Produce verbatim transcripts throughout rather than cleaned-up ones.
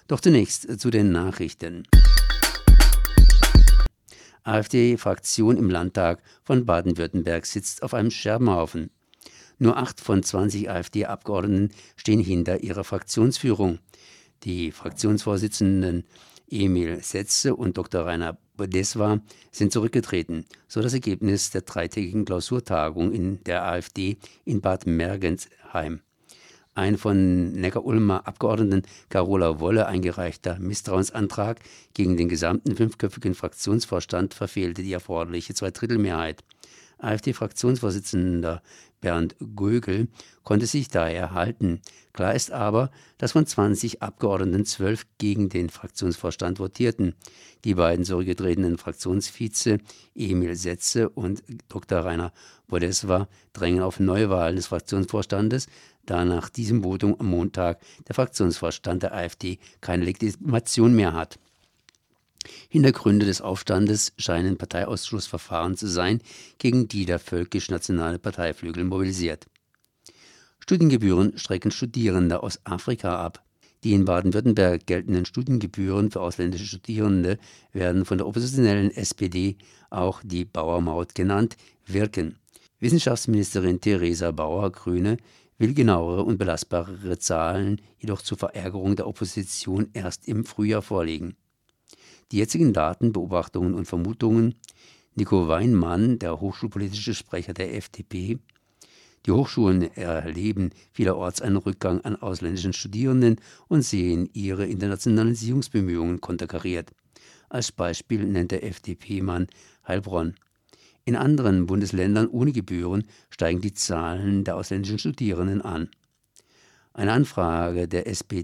Doch zunächst zu den Nachrichten. AfD-Fraktion im Landtag von Baden-Württemberg sitzt auf einem Scherbenhaufen. Nur acht von zwanzig AfD-Abgeordneten stehen hinter ihrer Fraktionsführung. Die Fraktionsvorsitzenden Emil Setze und Doktor Rainer Bodeswa sind zurückgetreten, so das Ergebnis der dreitägigen Klausurtagung in der AfD in Bad Mergentheim. Ein von Neckar-Ulmer Abgeordneten Carola Wolle eingereichter Misstrauensantrag gegen den gesamten fünfköpfigen Fraktionsvorstand verfehlte die erforderliche Zweidrittelmehrheit. AfD-Fraktionsvorsitzender Bernd Gögel konnte sich daher halten. Klar ist aber, dass von zwanzig Abgeordneten zwölf gegen den Fraktionsvorstand votierten. Die beiden zurückgetretenen Fraktionsvize Emil Setze und Doktor Rainer Bodeswa drängen auf Neuwahlen des Fraktionsvorstandes, da nach diesem Votum am Montag der Fraktionsvorstand der AfD keine Legitimation mehr hat. Hintergründe des Aufstandes scheinen Parteiausschlussverfahren zu sein, gegen die der völkisch-nationale Parteiflügel mobilisiert. Studiengebühren schrecken Studierende aus Afrika ab. Die in Baden-Württemberg geltenden Studiengebühren für ausländische Studierende werden von der oppositionellen S P D, auch die Bauermaut genannt, wirken. Wissenschaftsministerin Theresa Bauer, Grüne, will genauere und belastbarere Zahlen jedoch zur Verärgerung der Opposition erst im Frühjahr vorlegen. Die jetzigen Daten, Beobachtungen und Vermutungen: Nico Weinmann, der hochschulpolitische Sprecher der F D P. Die Hochschulen erleben vielerorts einen Rückgang an ausländischen Studierenden und sehen ihre Internationalisierungsbemühungen konterkariert. Als Beispiel nennt der F D P-Mann Heilbronn. In anderen Bundesländern ohne Gebühren steigen die Zahlen der ausländischen Studierenden an. Eine Anfrage der S P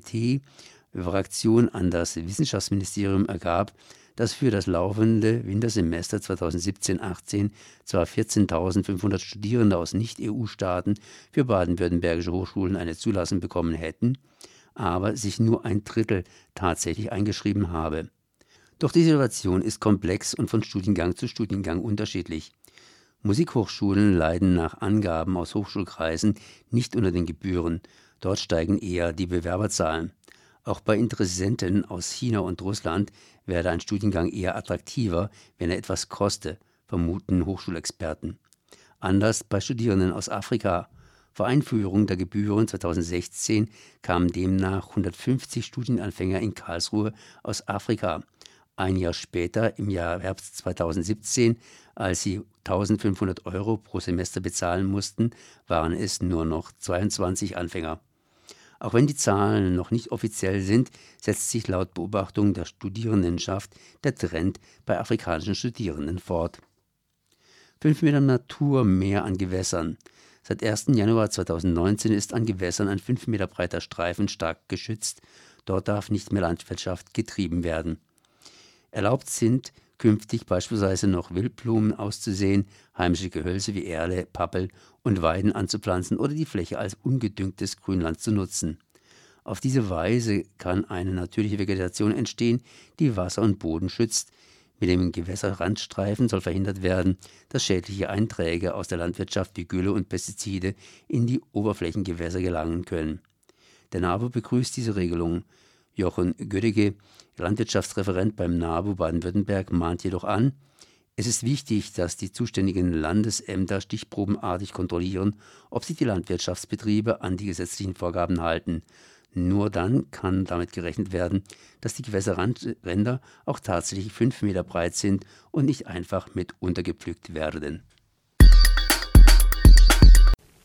T-Fraktion an das Wissenschaftsministerium ergab, dass für das laufende Wintersemester zweitausendsiebzehn achtzehn zwar vierzehntausendfünfhundert Studierende aus Nicht-E U-Staaten für baden-württembergische Hochschulen eine Zulassung bekommen hätten, aber sich nur ein Drittel tatsächlich eingeschrieben habe. Doch die Situation ist komplex und von Studiengang zu Studiengang unterschiedlich. Musikhochschulen leiden nach Angaben aus Hochschulkreisen nicht unter den Gebühren. Dort steigen eher die Bewerberzahlen. Auch bei Interessenten aus China und Russland werde ein Studiengang eher attraktiver, wenn er etwas koste, vermuten Hochschulexperten. Anders bei Studierenden aus Afrika. Vor Einführung der Gebühren zweitausendsechzehn kamen demnach hundertfünfzig Studienanfänger in Karlsruhe aus Afrika. Ein Jahr später, im Jahr Herbst zweitausendsiebzehn, als sie eintausendfünfhundert Euro pro Semester bezahlen mussten, waren es nur noch zweiundzwanzig Anfänger. Auch wenn die Zahlen noch nicht offiziell sind, setzt sich laut Beobachtung der Studierendenschaft der Trend bei afrikanischen Studierenden fort. Fünf Meter Natur mehr an Gewässern. Seit ersten Januar zweitausendneunzehn ist an Gewässern ein fünf Meter breiter Streifen stark geschützt. Dort darf nicht mehr Landwirtschaft getrieben werden. Erlaubt sind künftig beispielsweise noch Wildblumen auszusehen, heimische Gehölze wie Erle, Pappel und Weiden anzupflanzen oder die Fläche als ungedüngtes Grünland zu nutzen. Auf diese Weise kann eine natürliche Vegetation entstehen, die Wasser und Boden schützt. Mit dem Gewässerrandstreifen soll verhindert werden, dass schädliche Einträge aus der Landwirtschaft wie Gülle und Pestizide in die Oberflächengewässer gelangen können. Der NABU begrüßt diese Regelung. Jochen Gödecke, Landwirtschaftsreferent beim NABU Baden-Württemberg, mahnt jedoch an: Es ist wichtig, dass die zuständigen Landesämter stichprobenartig kontrollieren, ob sich die Landwirtschaftsbetriebe an die gesetzlichen Vorgaben halten. Nur dann kann damit gerechnet werden, dass die Gewässerränder auch tatsächlich fünf Meter breit sind und nicht einfach mit untergepflügt werden.